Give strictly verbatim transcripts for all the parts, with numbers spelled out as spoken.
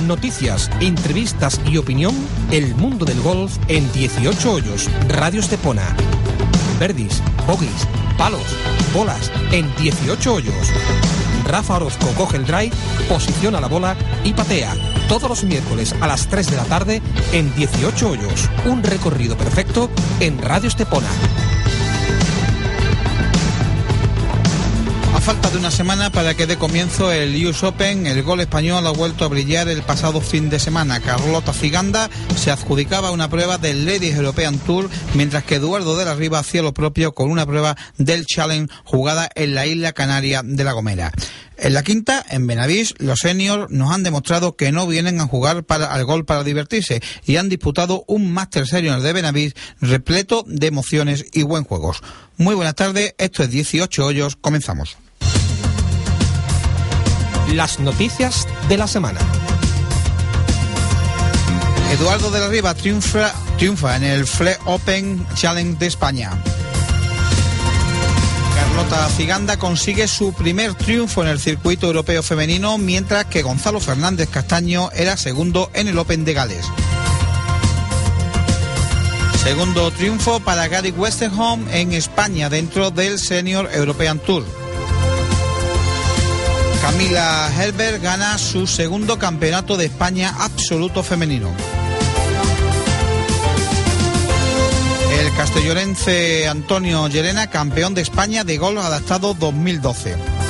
Noticias, entrevistas y opinión, el mundo del golf en dieciocho hoyos. Radio Estepona. Verdis, bogies, palos, bolas en dieciocho hoyos. Rafa Orozco coge el drive, posiciona la bola y patea. Todos los miércoles a las tres de la tarde en dieciocho hoyos. Un recorrido perfecto en Radio Estepona. A falta de una semana para que dé comienzo el U S Open, el golf español ha vuelto a brillar el pasado fin de semana. Carlota Ciganda se adjudicaba una prueba del Ladies European Tour, mientras que Eduardo de la Riva hacía lo propio con una prueba del Challenge jugada en la isla canaria de La Gomera. En la quinta, en Benavís, los seniors nos han demostrado que no vienen a jugar para, al golf para divertirse y han disputado un Master Senior de Benavís repleto de emociones y buen juegos. Muy buenas tardes, esto es dieciocho hoyos, comenzamos. Las noticias de la semana. Eduardo de la Riva triunfa, triunfa en el Fleet Open Challenge de España. Carlota Ciganda consigue su primer triunfo en el circuito europeo femenino, mientras que Gonzalo Fernández Castaño era segundo en el Open de Gales. Segundo triunfo para Gary Westerholm en España dentro del Senior European Tour. Camila Herbert gana su segundo campeonato de España absoluto femenino. El castellonense Antonio Llerena, campeón de España de golf adaptado dos mil doce.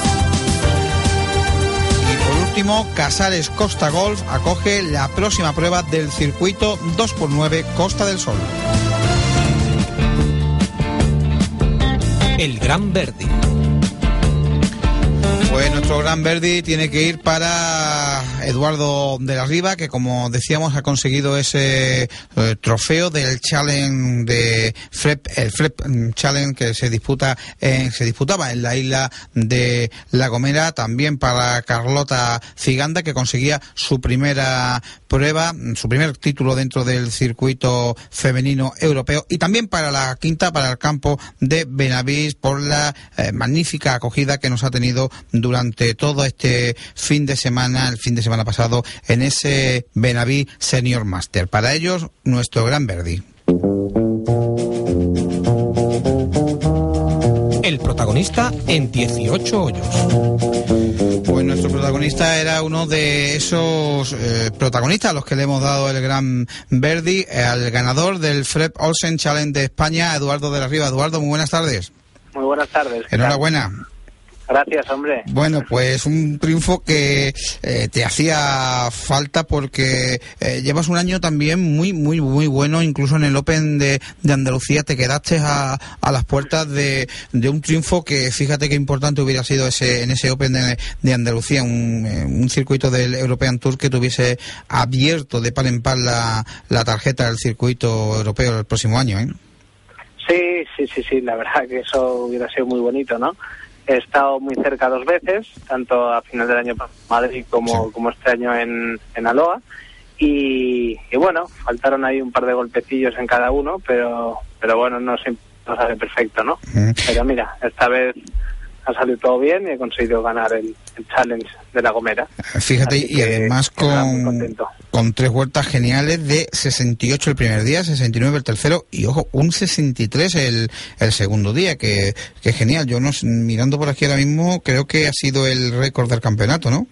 Y por último, Casares Costa Golf acoge la próxima prueba del circuito dos por nueve Costa del Sol. El Gran Verdi. Pues nuestro Gran Verdi tiene que ir para Eduardo de la Riva, que como decíamos ha conseguido ese eh, trofeo del Challenge de Frep, el Frep Challenge que se disputa en, se disputaba en la isla de La Gomera. También para Carlota Ciganda, que conseguía su primera prueba, su primer título dentro del circuito femenino europeo, y también para la quinta, para el campo de Benavís, por la eh, magnífica acogida que nos ha tenido durante todo este fin de semana, el fin de semana pasado, en ese Benavís Senior Master. Para ellos, nuestro Gran Verdi. El protagonista en dieciocho hoyos. Pues nuestro protagonista era uno de esos eh, protagonistas a los que le hemos dado el Gran Verdi, eh, al ganador del Frep Olsen Challenge de España, Eduardo de la Riva. Eduardo, muy buenas tardes. Muy buenas tardes. Enhorabuena. Gracias, hombre. Bueno, pues un triunfo que eh, te hacía falta porque eh, llevas un año también muy, muy, muy bueno. Incluso en el Open de, de Andalucía te quedaste a, a las puertas de, de un triunfo que, fíjate qué importante hubiera sido ese en ese Open de, de Andalucía, un, un circuito del European Tour que tuviese abierto de par en par la, la tarjeta del circuito europeo el próximo año, ¿eh? Sí, sí, sí, sí, la verdad que eso hubiera sido muy bonito, ¿no? He estado muy cerca dos veces, tanto a final del año en Madrid como, sí. como este año en, en Aloha. Y, y bueno, faltaron ahí un par de golpecillos en cada uno, pero pero bueno, no siempre no sale perfecto, ¿no? Mm. Pero mira, esta vez ha salido todo bien y he conseguido ganar el, el Challenge de La Gomera. Fíjate, y además con, con tres vueltas geniales de sesenta y ocho el primer día, sesenta y nueve el tercero y, ojo, un sesenta y tres el, el segundo día, que, que genial. Yo no, mirando por aquí ahora mismo, creo que ha sido el récord del campeonato, ¿no?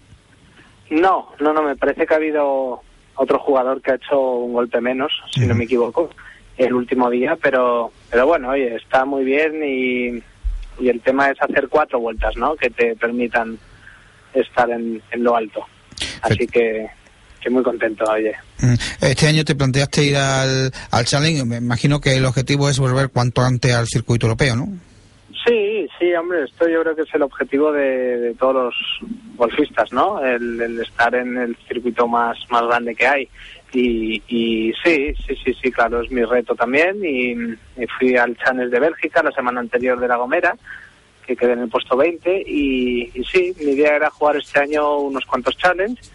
No, no, no, me parece que ha habido otro jugador que ha hecho un golpe menos, si uh-huh. no me equivoco, el último día, pero, pero bueno, oye, está muy bien y... y el tema es hacer cuatro vueltas, ¿no?, que te permitan estar en, en lo alto. Así que, que muy contento, oye. Este año te planteaste ir al, al Challenge. Me imagino que el objetivo es volver cuanto antes al circuito europeo, ¿no? Sí, sí, hombre, esto yo creo que es el objetivo de, de todos los golfistas, ¿no?, el, el estar en el circuito más, más grande que hay. Y, y sí, sí, sí, sí, claro, es mi reto también. Y, y fui al Challenge de Bélgica la semana anterior de La Gomera, que quedé en el puesto veinte. Y, y sí, mi idea era jugar este año unos cuantos Challenges.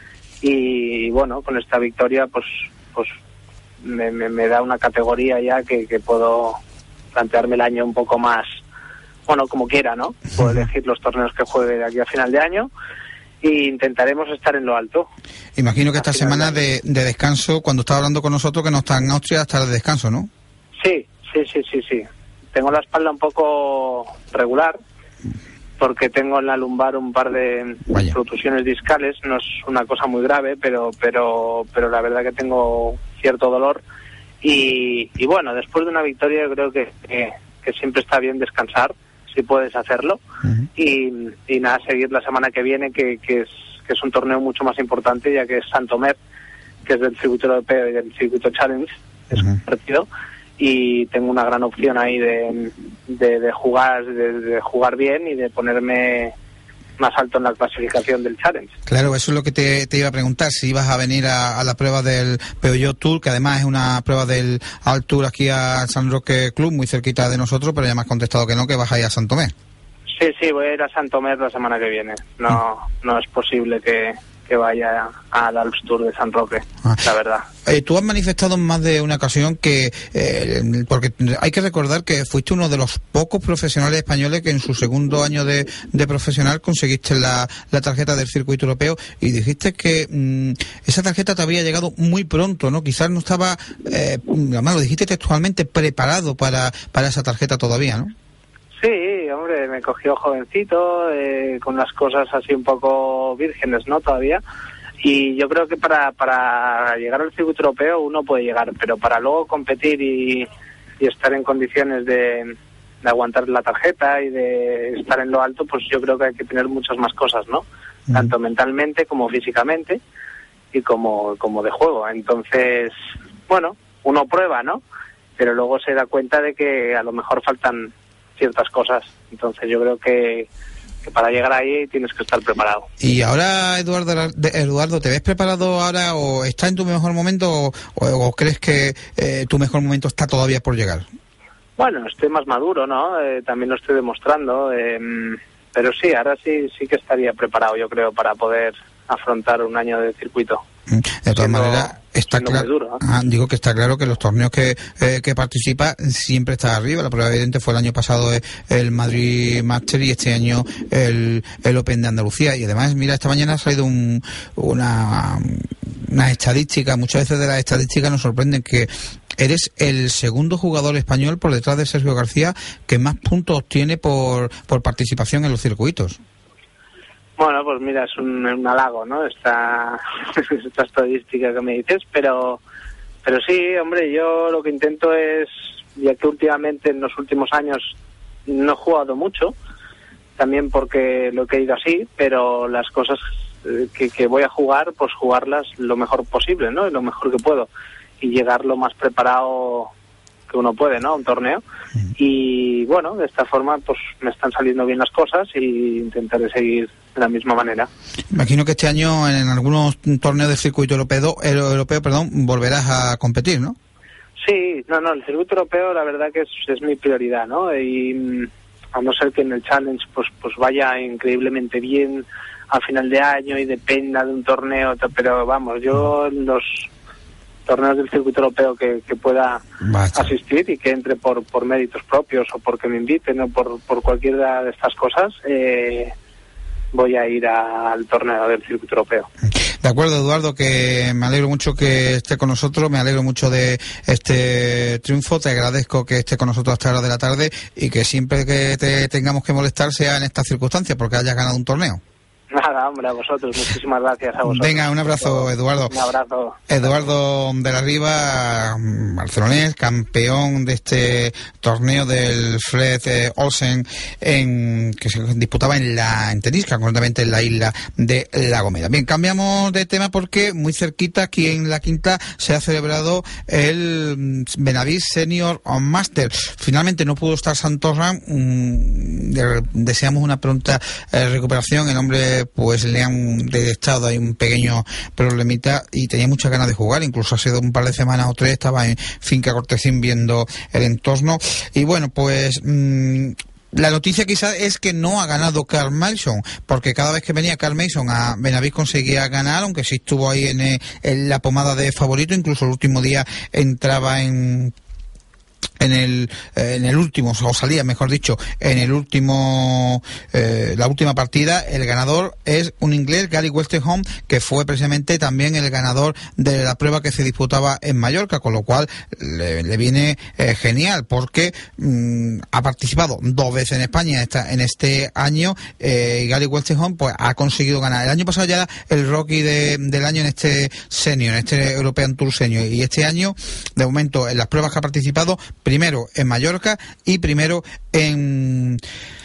Y bueno, con esta victoria, pues pues me, me, me da una categoría ya que, que puedo plantearme el año un poco más, bueno, como quiera, ¿no? Puedo elegir los torneos que juegue de aquí a final de año. y intentaremos estar en lo alto. Imagino que esta semana de, de descanso, cuando estaba hablando con nosotros, que no está en Austria, está de descanso, ¿no? Sí, sí, sí, sí, sí. Tengo la espalda un poco regular, porque tengo en la lumbar un par de Vaya. protusiones discales. No es una cosa muy grave, pero pero pero la verdad que tengo cierto dolor. Y, y bueno, después de una victoria yo creo que, que, que siempre está bien descansar, si puedes hacerlo. Uh-huh. y, y nada, seguir la semana que viene, que, que, es, que es un torneo mucho más importante, ya que es Santomer, que es del circuito europeo y del circuito Challenge, es uh-huh. un partido. Y tengo una gran opción ahí de, de, de jugar de, de jugar bien y de ponerme más alto en la clasificación del Challenge. Claro, eso es lo que te, te iba a preguntar, si ibas a venir a, a la prueba del Peugeot Tour, que además es una prueba del Alt Tour aquí a San Roque Club, muy cerquita de nosotros, pero ya me has contestado que no, que vas a ir a Santomer. Sí, sí, voy a ir a Santomer la semana que viene. No, mm. no es posible que... que vaya al Alps Tour de San Roque, ah. la verdad. Eh, tú has manifestado en más de una ocasión que, eh, porque hay que recordar que fuiste uno de los pocos profesionales españoles que en su segundo año de, de profesional conseguiste la, la tarjeta del circuito europeo, y dijiste que mmm, esa tarjeta te había llegado muy pronto, ¿no? Quizás no estaba, eh, además lo dijiste textualmente, preparado para, para esa tarjeta todavía, ¿no? Sí, hombre, me cogió jovencito, eh, con las cosas así un poco vírgenes, ¿no? Todavía. Y yo creo que para para llegar al circuito europeo uno puede llegar, pero para luego competir y, y estar en condiciones de, de aguantar la tarjeta y de estar en lo alto, pues yo creo que hay que tener muchas más cosas, ¿no? Mm. Tanto mentalmente como físicamente y como, como de juego. Entonces, bueno, uno prueba, ¿no? Pero luego se da cuenta de que a lo mejor faltan ciertas cosas. Entonces yo creo que, que para llegar ahí tienes que estar preparado. Y ahora, Eduardo, Eduardo, ¿te ves preparado ahora o está en tu mejor momento o, o crees que eh, tu mejor momento está todavía por llegar? Bueno, estoy más maduro, ¿no? Eh, también lo estoy demostrando, eh, pero sí, ahora sí sí que estaría preparado, yo creo, para poder afrontar un año de circuito. De todas maneras, está claro, duro, ¿no? ah, digo que está claro que los torneos que eh, que participa siempre está arriba. La prueba evidente fue el año pasado el Madrid Master y este año el, el Open de Andalucía. Y además, mira, esta mañana ha salido un, una, una estadística. Muchas veces de las estadísticas nos sorprenden, que eres el segundo jugador español por detrás de Sergio García que más puntos obtiene por, por participación en los circuitos. Bueno, pues mira, es un, un halago, ¿no? Esta, esta estadística que me dices, pero pero sí, hombre, yo lo que intento es, ya que últimamente en los últimos años no he jugado mucho, también porque lo he querido así, pero las cosas que, que voy a jugar, pues jugarlas lo mejor posible, ¿no? Y lo mejor que puedo, y llegar lo más preparado que uno puede, ¿no? A un torneo. Mm. Y bueno, de esta forma pues me están saliendo bien las cosas y intentaré seguir de la misma manera. Imagino que este año en algunos torneos del circuito europeo, europeo perdón, volverás a competir, ¿no? Sí, no, no, el circuito europeo la verdad que es, es mi prioridad, ¿no? Y a no ser que en el Challenge pues pues vaya increíblemente bien a final de año y dependa de un torneo, pero vamos, yo en los torneos del circuito europeo que, que pueda Basta. asistir y que entre por por méritos propios o porque me inviten o por, por cualquiera de estas cosas, eh, voy a ir a, al torneo del circuito europeo. De acuerdo, Eduardo, que me alegro mucho que esté con nosotros, me alegro mucho de este triunfo, te agradezco que esté con nosotros hasta la hora de la tarde y que siempre que te tengamos que molestar sea en estas circunstancias porque hayas ganado un torneo. Nada, hombre, a vosotros, muchísimas gracias a vosotros. Venga, un abrazo, Eduardo. Un abrazo. Eduardo de la Riva, barcelonés, campeón de este torneo del Fred eh, Olsen, en, que se disputaba en la en Tenisca, concretamente en la isla de La Gomera. Bien, cambiamos de tema porque muy cerquita, aquí en La Quinta, se ha celebrado el Benavís Senior Master. Finalmente no pudo estar Santorran, mmm, deseamos una pronta eh, recuperación. El hombre pues le han detectado ahí un pequeño problemita y tenía muchas ganas de jugar, incluso ha sido un par de semanas o tres, estaba en Finca Cortesín viendo el entorno y bueno, pues mmm, la noticia quizás es que no ha ganado Carl Mason, porque cada vez que venía Carl Mason a Benavís conseguía ganar, aunque sí estuvo ahí en, en la pomada de favorito, incluso el último día entraba en en el en el último, o salía mejor dicho, en el último eh, la última partida. El ganador es un inglés, Gary Westerholm, que fue precisamente también el ganador de la prueba que se disputaba en Mallorca, con lo cual le, le viene eh, genial, porque mmm, ha participado dos veces en España esta, en este año. eh, Gary Westerholm pues ha conseguido ganar. El año pasado ya era el rookie de, del año en este senior, en este European Tour Senior, y este año, de momento, en las pruebas que ha participado, primero en Mallorca y primero en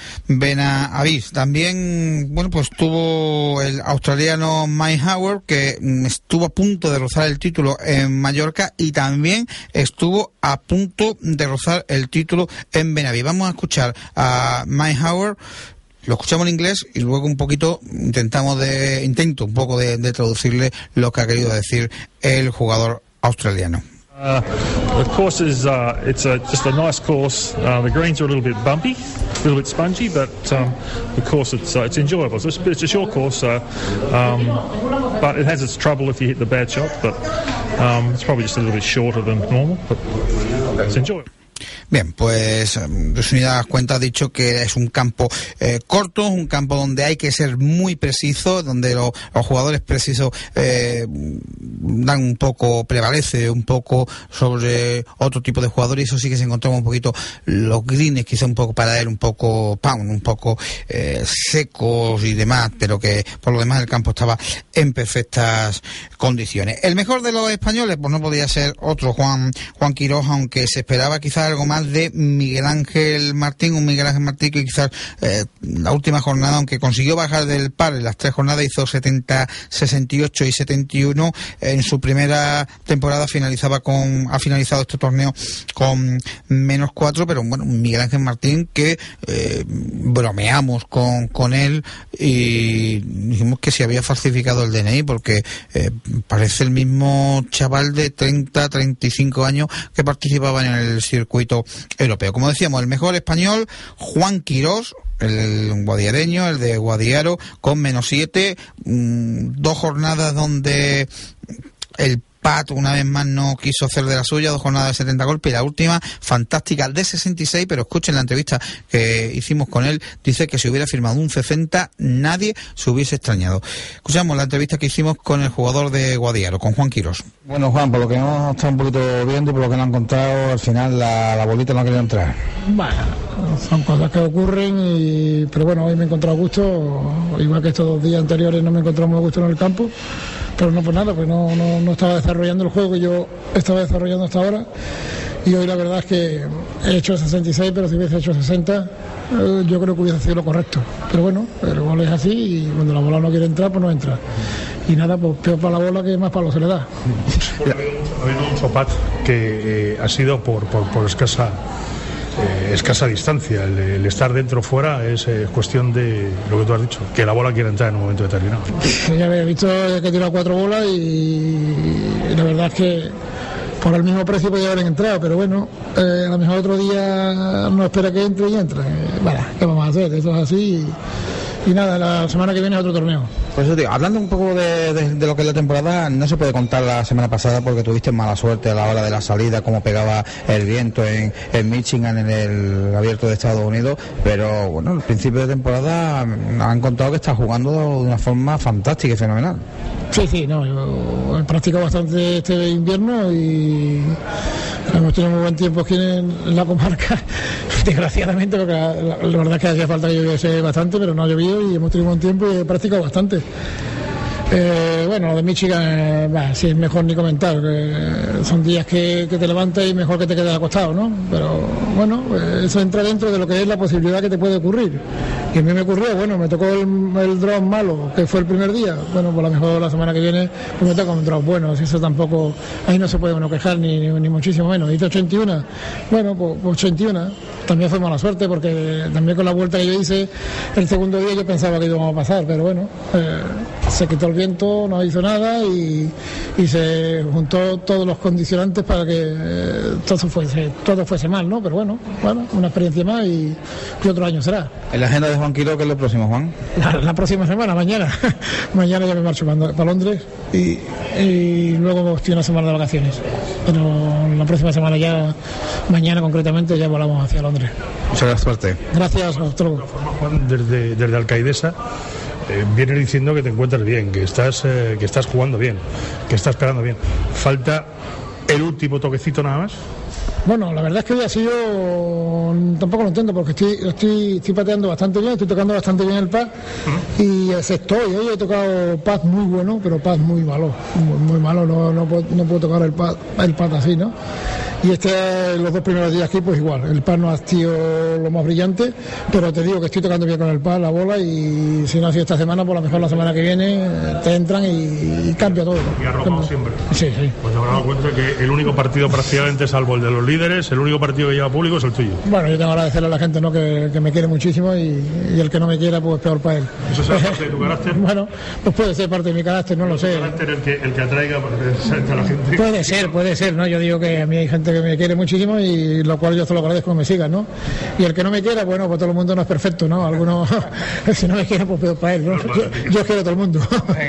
Benavís. También, bueno, pues tuvo el australiano Mike Howard, que estuvo a punto de rozar el título en Mallorca y también estuvo a punto de rozar el título en Benavís. Vamos a escuchar a Mike Howard. Lo escuchamos en inglés y luego un poquito intentamos de intento un poco de, de traducirle lo que ha querido decir el jugador australiano. Uh, the course is uh, it's a, just a nice course. Uh, the greens are a little bit bumpy, a little bit spongy, but um, the course it's uh, it's enjoyable. So it's, it's a short course, uh, um, but it has its trouble if you hit the bad shot. But um, it's probably just a little bit shorter than normal, but it's enjoyable. Bien, pues resumidas cuentas, ha dicho que es un campo eh, corto, un campo donde hay que ser muy preciso, donde lo, los jugadores precisos eh, dan un poco, prevalece un poco sobre otro tipo de jugadores, y eso sí que se encontramos un poquito los greens, quizá un poco para él, un poco pound, un poco eh, secos y demás, pero que por lo demás el campo estaba en perfectas condiciones. El mejor de los españoles, pues no podía ser otro, Juan, Juan Quirós, aunque se esperaba quizás algo más de Miguel Ángel Martín, un Miguel Ángel Martín que quizás eh, la última jornada, aunque consiguió bajar del par en las tres jornadas, hizo setenta, sesenta y ocho y setenta y uno, en su primera temporada finalizaba con, ha finalizado este torneo con menos cuatro, pero bueno, Miguel Ángel Martín que eh, bromeamos con, con él y dijimos que se había falsificado el D N I, porque eh, parece el mismo chaval de treinta, treinta y cinco años que participaba en el circuito europeo. Como decíamos, el mejor español, Juan Quirós, el guadiareño, el de Guadiaro, con menos siete, mmm, dos jornadas donde el Pat una vez más no quiso hacer de la suya, dos jornadas de setenta golpes, y la última fantástica de sesenta y seis, pero escuchen la entrevista que hicimos con él, dice que si hubiera firmado un sesenta nadie se hubiese extrañado. Escuchamos la entrevista que hicimos con el jugador de Guadiaro, con Juan Quirós. Bueno, Juan, por lo que hemos estado un poquito viendo y por lo que nos han contado, al final la, la bolita no ha querido entrar. Bueno, son cosas que ocurren, y, pero bueno, hoy me he encontrado a gusto, igual que estos dos días anteriores no me he encontrado muy a gusto en el campo, pero no por nada, pues no, no, no estaba desarrollando el juego que yo estaba desarrollando hasta ahora, y hoy la verdad es que he hecho sesenta y seis, pero si hubiese hecho sesenta eh, yo creo que hubiese sido lo correcto, pero bueno, el gol es así y cuando la bola no quiere entrar, pues no entra, y nada, pues peor para la bola que más palo se le da. Ha habido un sopat que eh, ha sido por, por, por escasa Eh, escasa distancia. El, el estar dentro o fuera es eh, cuestión de lo que tú has dicho, que la bola quiere entrar en un momento determinado. Ya había visto que he tirado cuatro bolas y, y la verdad es que por el mismo precio podía haber entrado, pero bueno, eh, a lo mejor otro día no espera que entre y entre. Eh, bueno, ¿qué vamos a hacer? Eso es así. Y, y nada, la semana que viene es otro torneo. Por eso digo, hablando un poco de, de, de lo que es la temporada, no se puede contar la semana pasada porque tuviste mala suerte a la hora de la salida, cómo pegaba el viento en, en Michigan, en el abierto de Estados Unidos, pero bueno, al principio de temporada han contado que estás jugando de una forma fantástica y fenomenal. Sí, sí, no, yo he practicado bastante este invierno y hemos tenido muy buen tiempo aquí en la comarca, desgraciadamente, porque la, la, la verdad es que hacía falta que lloviese bastante, pero no ha llovido y hemos tenido buen tiempo y he practicado bastante. Eh, bueno, lo de Michigan, eh, bah, sí, es mejor ni comentar, eh, son días que, que te levantas y mejor que te quedes acostado, ¿no? Pero bueno, eh, eso entra dentro de lo que es la posibilidad que te puede ocurrir. Y a mí me ocurrió, bueno, me tocó el, el drop malo, que fue el primer día, bueno, pues a lo mejor la semana que viene pues me toca un drop bueno, si eso tampoco, ahí no se puede uno quejar ni, ni, ni muchísimo menos. Hice ochenta y uno, bueno, pues ochenta y uno, también fue mala suerte porque también con la vuelta que yo hice el segundo día yo pensaba que íbamos a pasar, pero bueno, eh, se quitó el viento, no hizo nada y, y se juntó todos los condicionantes para que eh, todo fuese todo fuese mal, ¿no? Pero bueno, bueno, una experiencia más y, y otro año será. ¿En la agenda de Juan Quiro qué es lo próximo, Juan? La, la próxima semana, mañana. Mañana ya me marcho para, para Londres y, y luego estoy una semana de vacaciones. Pero la próxima semana ya, mañana concretamente, ya volamos hacia Londres. Muchas suerte. Gracias, hasta luego. Juan, desde, desde Alcaidesa eh, viene diciendo que te encuentras bien, que estás, eh, que estás jugando bien, que estás pegando bien. Falta el último toquecito nada más. Bueno, la verdad es que hoy ha sido, tampoco lo entiendo porque estoy, estoy, estoy pateando bastante bien, estoy tocando bastante bien el pad uh-huh. y excepto hoy, hoy he tocado pad muy bueno, pero pad muy malo, muy, muy malo, no, no, puedo, no puedo tocar el pad, el pad así, ¿no? Y este, los dos primeros días aquí, pues igual, el pad no ha sido lo más brillante, pero te digo que estoy tocando bien con el pad, la bola, y si no ha sido esta semana, pues a lo mejor la semana que viene te entran y, y cambia todo. Y ha robado siempre. Sí, sí. Pues te habrás dado cuenta que el único partido prácticamente, salvo el de los líderes, el único partido que lleva público es el tuyo. Bueno, yo tengo que agradecerle a la gente, ¿no?, que, que me quiere muchísimo y, y el que no me quiera, pues peor para él. ¿Eso es parte de tu carácter? Bueno, pues puede ser parte de mi carácter, no lo sé. ¿Tu carácter el que, el que atraiga a la gente? Puede ser, puede ser, ¿no? Yo digo que a mí hay gente que me quiere muchísimo y lo cual yo te lo agradezco que me sigan, ¿no? Y el que no me quiera, bueno, pues todo el mundo no es perfecto, ¿no? Algunos, si no me quiere, pues peor para él, ¿no? Yo, yo quiero a todo el mundo.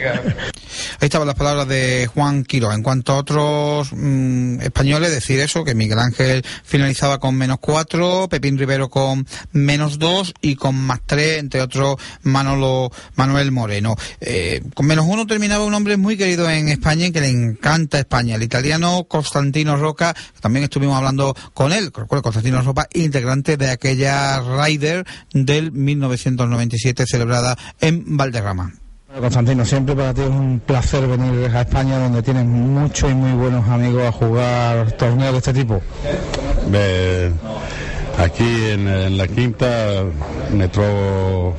Ahí estaban las palabras de Juan Quiro. En cuanto a otros mmm, españoles, decir eso, que Miguel Ángel finalizaba con menos cuatro, Pepín Rivero con menos dos y con más tres, entre otros Manolo Manuel Moreno. Eh, con menos uno terminaba un hombre muy querido en España y que le encanta España, el italiano Constantino Rocca. También estuvimos hablando con él, Constantino Rocca, integrante de aquella Ryder del mil novecientos noventa y siete celebrada en Valderrama. Constantino, siempre para ti es un placer venir a España, donde tienes muchos y muy buenos amigos a jugar torneos de este tipo. Beh, aquí en, en la quinta me trovo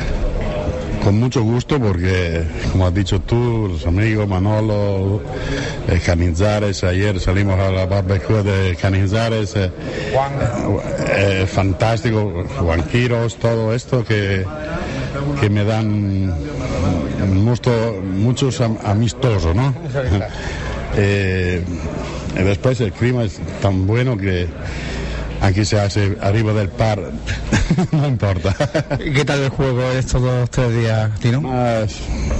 con mucho gusto porque, como has dicho tú, los amigos Manolo, eh, Canizares, ayer salimos a la barbecue de Canizares, eh, eh, fantástico, Juan Quiros, todo esto que, que me dan mucho, muchos am, amistosos, ¿no? eh, y después el clima es tan bueno que aquí se hace arriba del par, no importa. ¿Y qué tal el juego estos dos, tres días, Tino? Más,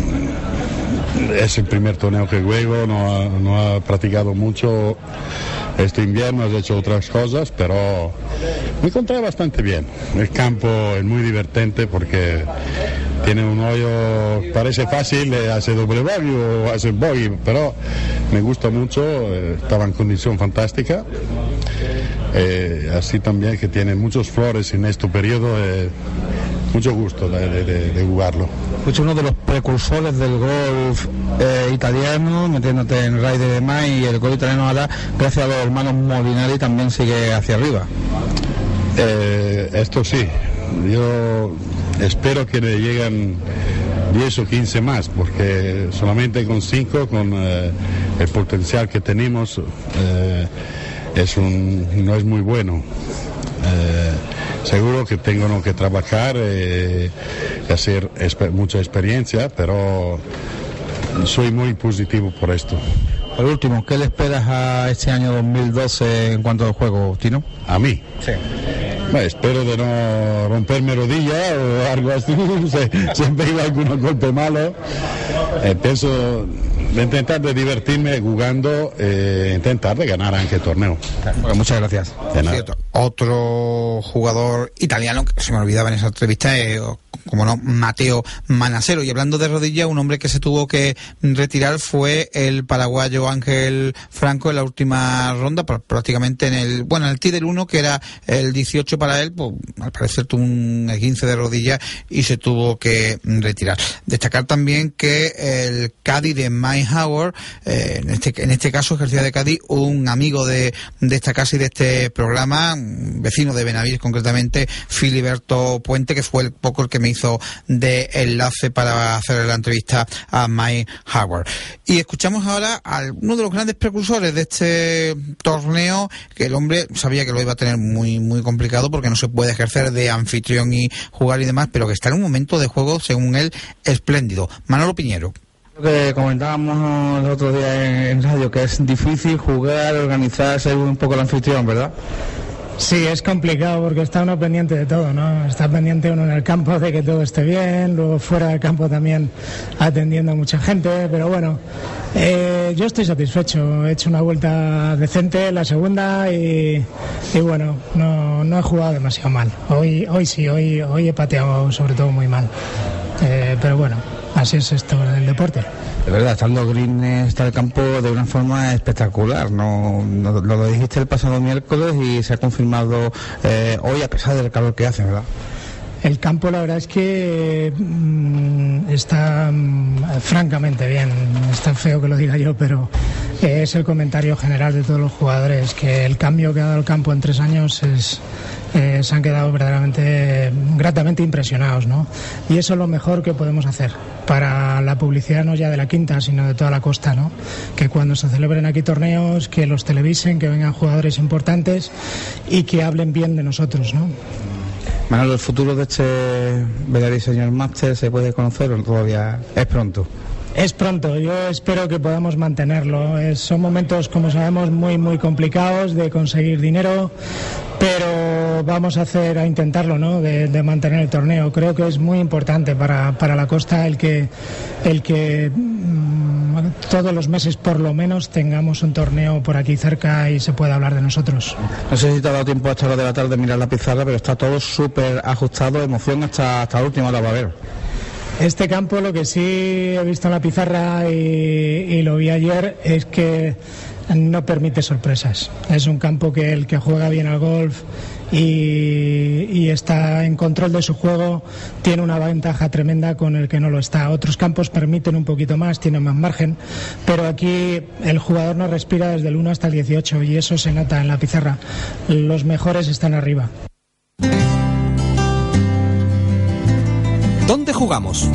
es el primer torneo que juego, no ha, no ha practicado mucho este invierno, has hecho otras cosas, pero me encontré bastante bien. El campo es muy divertente porque tiene un hoyo, parece fácil, hace doble bogey o hace bogey, pero me gusta mucho, estaba en condición fantástica. Eh, así también que tiene muchos flores en este periodo, eh, mucho gusto de, de, de jugarlo. Fuiste uno de los precursores del golf eh, italiano, metiéndote en Ryder de más, y el golf italiano ahora, gracias a los hermanos Molinari, también sigue hacia arriba. Eh, esto sí, yo espero que le lleguen diez o quince más, porque solamente con cinco, con eh, el potencial que tenemos, eh, es un, no es muy bueno. Eh, seguro que tengo que trabajar eh, y hacer esper- mucha experiencia, pero soy muy positivo por esto. Por último, ¿qué le esperas a este año dos mil doce en cuanto al juego, Tino? ¿A mí? Sí. Bueno, espero de no romperme rodilla o algo así, siempre iba algún golpe malo. Eh, pienso de intentar de divertirme jugando e intentar de ganar anche el torneo. Bueno, muchas gracias. De nada. Cierto. Otro jugador italiano que se me olvidaba en esa entrevista es, como no, Mateo Manasero. Y hablando de rodillas, un hombre que se tuvo que retirar fue el paraguayo Ángel Franco en la última ronda, prácticamente en el, bueno, en el T del uno, que era el dieciocho para él, pues al parecer tuvo un esguince de rodilla y se tuvo que retirar. Destacar también que el Cádiz de Mike Mike Howard, eh, en este en este caso ejercía de Cádiz un amigo de, de esta casa y de este programa, un vecino de Benavides concretamente, Filiberto Puente, que fue el poco el que me hizo de enlace para hacer la entrevista a Mike Howard. Y escuchamos ahora a uno de los grandes precursores de este torneo, que el hombre sabía que lo iba a tener muy muy complicado porque no se puede ejercer de anfitrión y jugar y demás, pero que está en un momento de juego, según él, espléndido. Manolo Piñero. Lo que comentábamos el otro día en radio, que es difícil jugar, organizar, ser un poco el anfitrión, ¿verdad? Sí, es complicado porque está uno pendiente de todo, ¿no? Está pendiente uno en el campo de que todo esté bien, luego fuera del campo también atendiendo a mucha gente, pero bueno, eh, yo estoy satisfecho. He hecho una vuelta decente, la segunda, y, y bueno, no, no he jugado demasiado mal. Hoy, hoy sí, hoy, hoy he pateado sobre todo muy mal, eh, pero bueno, así es esto del deporte. De verdad, estando Green está el campo de una forma espectacular. No, no lo dijiste el pasado miércoles y se ha confirmado eh, hoy, a pesar del calor que hace, ¿verdad? El campo, la verdad es que mmm, está mmm, francamente bien. Está feo que lo diga yo, pero eh, es el comentario general de todos los jugadores, que el cambio que ha dado el campo en tres años es... Eh, se han quedado verdaderamente gratamente impresionados, ¿no? Y eso es lo mejor que podemos hacer para la publicidad, no ya de la Quinta, sino de toda la costa, ¿no? Que cuando se celebren aquí torneos, que los televisen, que vengan jugadores importantes y que hablen bien de nosotros, ¿no? Manolo, ¿el futuro de este Benavides Senior Master se puede conocer o todavía es pronto? Es pronto, yo espero que podamos mantenerlo. Es, son momentos, como sabemos, muy muy complicados de conseguir dinero, pero vamos a hacer a intentarlo, ¿no? De, de mantener el torneo. Creo que es muy importante para, para la costa el que el que mmm, todos los meses por lo menos tengamos un torneo por aquí cerca y se pueda hablar de nosotros. No sé si te ha dado tiempo a esta hora de la tarde de mirar la pizarra, pero está todo súper ajustado, emoción hasta, hasta la última hora va a haber. Este campo, lo que sí he visto en la pizarra y, y lo vi ayer, es que no permite sorpresas. Es un campo que el que juega bien al golf y, y está en control de su juego tiene una ventaja tremenda con el que no lo está. Otros campos permiten un poquito más, tienen más margen, pero aquí el jugador no respira desde el uno hasta el dieciocho y eso se nota en la pizarra. Los mejores están arriba. ¿Dónde jugamos?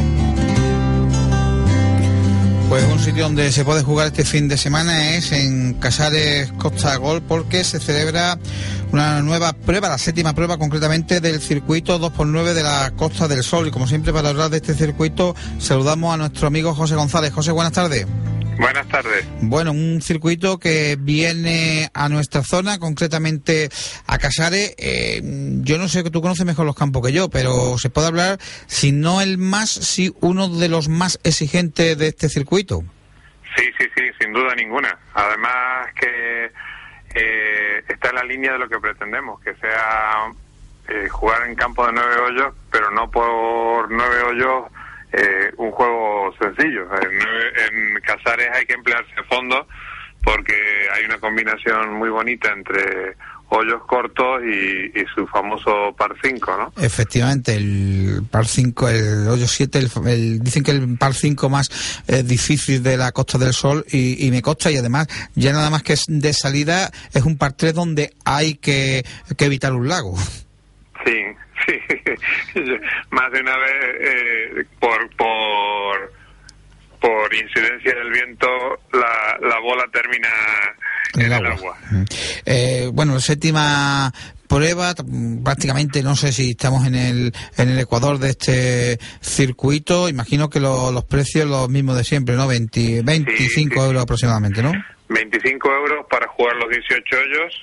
Pues un sitio donde se puede jugar este fin de semana es en Casares Costa Golf, porque se celebra una nueva prueba, la séptima prueba concretamente del circuito dos por nueve de la Costa del Sol. Y como siempre, para hablar de este circuito, saludamos a nuestro amigo José González. José, buenas tardes. Buenas tardes. Bueno, un circuito que viene a nuestra zona, concretamente a Casares. Eh, yo no sé, que tú conoces mejor los campos que yo, pero se puede hablar, si no el más, si uno de los más exigentes de este circuito. Sí, sí, sí, sin duda ninguna. Además que eh, está en la línea de lo que pretendemos, que sea eh, jugar en campo de nueve hoyos, pero no por nueve hoyos Eh, un juego sencillo. En, en Casares hay que emplearse a fondo porque hay una combinación muy bonita entre hoyos cortos y, y su famoso par cinco, ¿no? Efectivamente, el par cinco, el hoyo siete, el, el, dicen que el par cinco más eh, difícil de la Costa del Sol y, y me consta, y además ya nada más que es de salida es un par tres donde hay que, que evitar un lago. Sí. Sí, más de una vez eh, por por por incidencia del viento la, la bola termina en el, el agua. agua. Eh, bueno, séptima prueba, prácticamente no sé si estamos en el en el ecuador de este circuito. Imagino que lo, los precios los mismos de siempre, ¿no? veinte, veinticinco sí, sí, euros sí. aproximadamente, ¿no? veinticinco euros para jugar los dieciocho hoyos.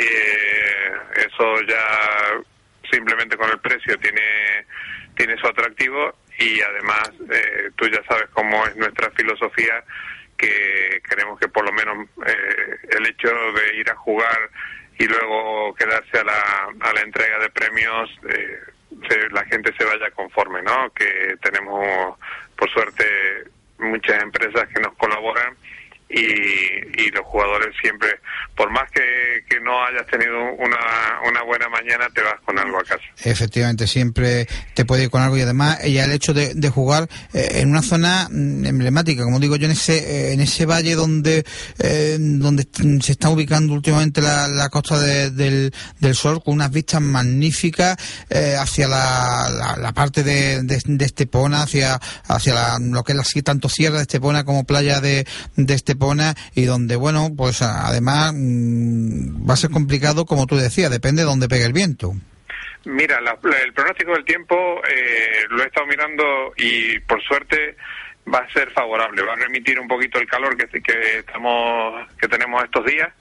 Eh, eso ya simplemente con el precio tiene tiene su atractivo, y además eh, tú ya sabes cómo es nuestra filosofía, que queremos que por lo menos eh, el hecho de ir a jugar y luego quedarse a la a la entrega de premios, eh, se, la gente se vaya conforme, ¿no? Que tenemos por suerte muchas empresas que nos colaboran y, y los jugadores siempre, por más que, que que no hayas tenido una, una buena mañana te vas con algo a casa. Efectivamente, siempre te puede ir con algo, y además ya el hecho de, de jugar eh, en una zona emblemática, como digo yo, en ese eh, en ese valle donde eh, donde se está ubicando últimamente la, la costa de, del, del Sol, con unas vistas magníficas eh, hacia la, la, la parte de, de, de Estepona, hacia hacia la, lo que es la, tanto sierra de Estepona como playa de, de Estepona, y donde, bueno, pues además mmm, va a ser complicado, como tú decías, depende de dónde pegue el viento. Mira, la, el pronóstico del tiempo eh, lo he estado mirando y por suerte va a ser favorable, va a remitir un poquito el calor que, que estamos que tenemos estos días,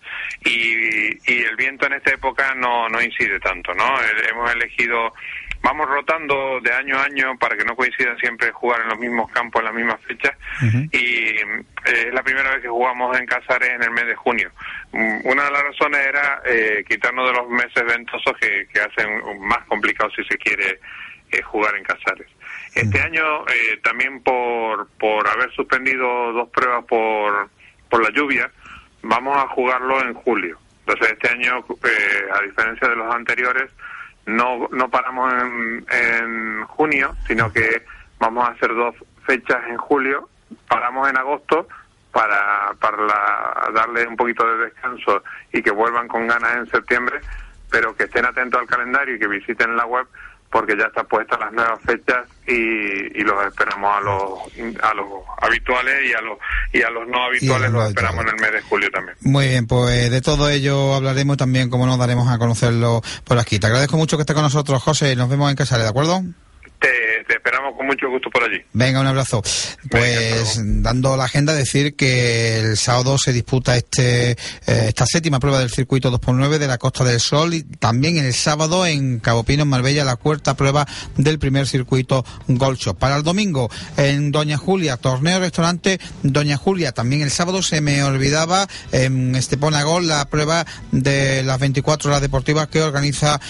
y, y el viento en esta época no, no incide tanto, ¿no? Hemos elegido, vamos rotando de año a año para que no coincidan siempre jugar en los mismos campos en las mismas fechas. Uh-huh. Y eh, es la primera vez que jugamos en Casares en el mes de junio. Una de las razones era eh, quitarnos de los meses ventosos que, que hacen más complicado, si se quiere, eh, jugar en Casares. Este año eh, también por por haber suspendido dos pruebas por por la lluvia, vamos a jugarlo en julio. Entonces este año, eh, a diferencia de los anteriores, no no paramos en, en junio, sino que vamos a hacer dos fechas en julio, paramos en agosto para para la, darle un poquito de descanso y que vuelvan con ganas en septiembre, pero que estén atentos al calendario y que visiten la web, porque ya están puestas las nuevas fechas y, y los esperamos a los a los habituales y a los y a los no habituales los esperamos en el mes de julio también. Muy bien, pues de todo ello hablaremos también, como nos daremos a conocerlo por aquí. Te agradezco mucho que estés con nosotros, José, nos vemos en Casares, ¿de acuerdo? Te, te esperamos con mucho gusto por allí. Venga, un abrazo. Pues Venga, dando la agenda, decir que el sábado se disputa este eh, esta séptima prueba del circuito dos por nueve de la Costa del Sol, y también el sábado en Cabo Pino, en Marbella, la cuarta prueba del primer circuito Gold Shop. Para el domingo en Doña Julia, torneo restaurante Doña Julia. También el sábado, se me olvidaba, en Estepona Gol, la prueba de las veinticuatro horas deportivas que organiza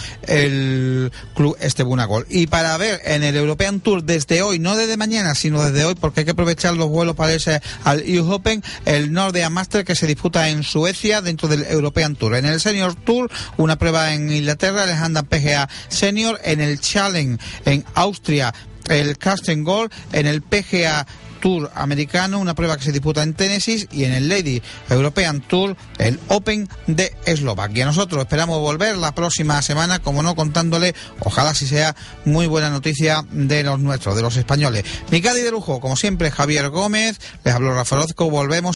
el Club Estepona Gol. Y para ver en el European Tour desde hoy, no desde mañana, sino desde hoy, porque hay que aprovechar los vuelos para irse al U S Open, el Nordea Master, que se disputa en Suecia dentro del European Tour. En el Senior Tour, una prueba en Inglaterra, el Handam P G A Senior. En el Challenge en Austria, el Casting Gold. En el P G A Tour americano, una prueba que se disputa en Tennessee, y en el Lady European Tour, el Open de Eslovaquia. Nosotros esperamos volver la próxima semana, como no, contándole, ojalá si sea muy buena noticia de los nuestros, de los españoles. Mi Cádiz de lujo, como siempre, Javier Gómez, les habló Rafa Orozco, volvemos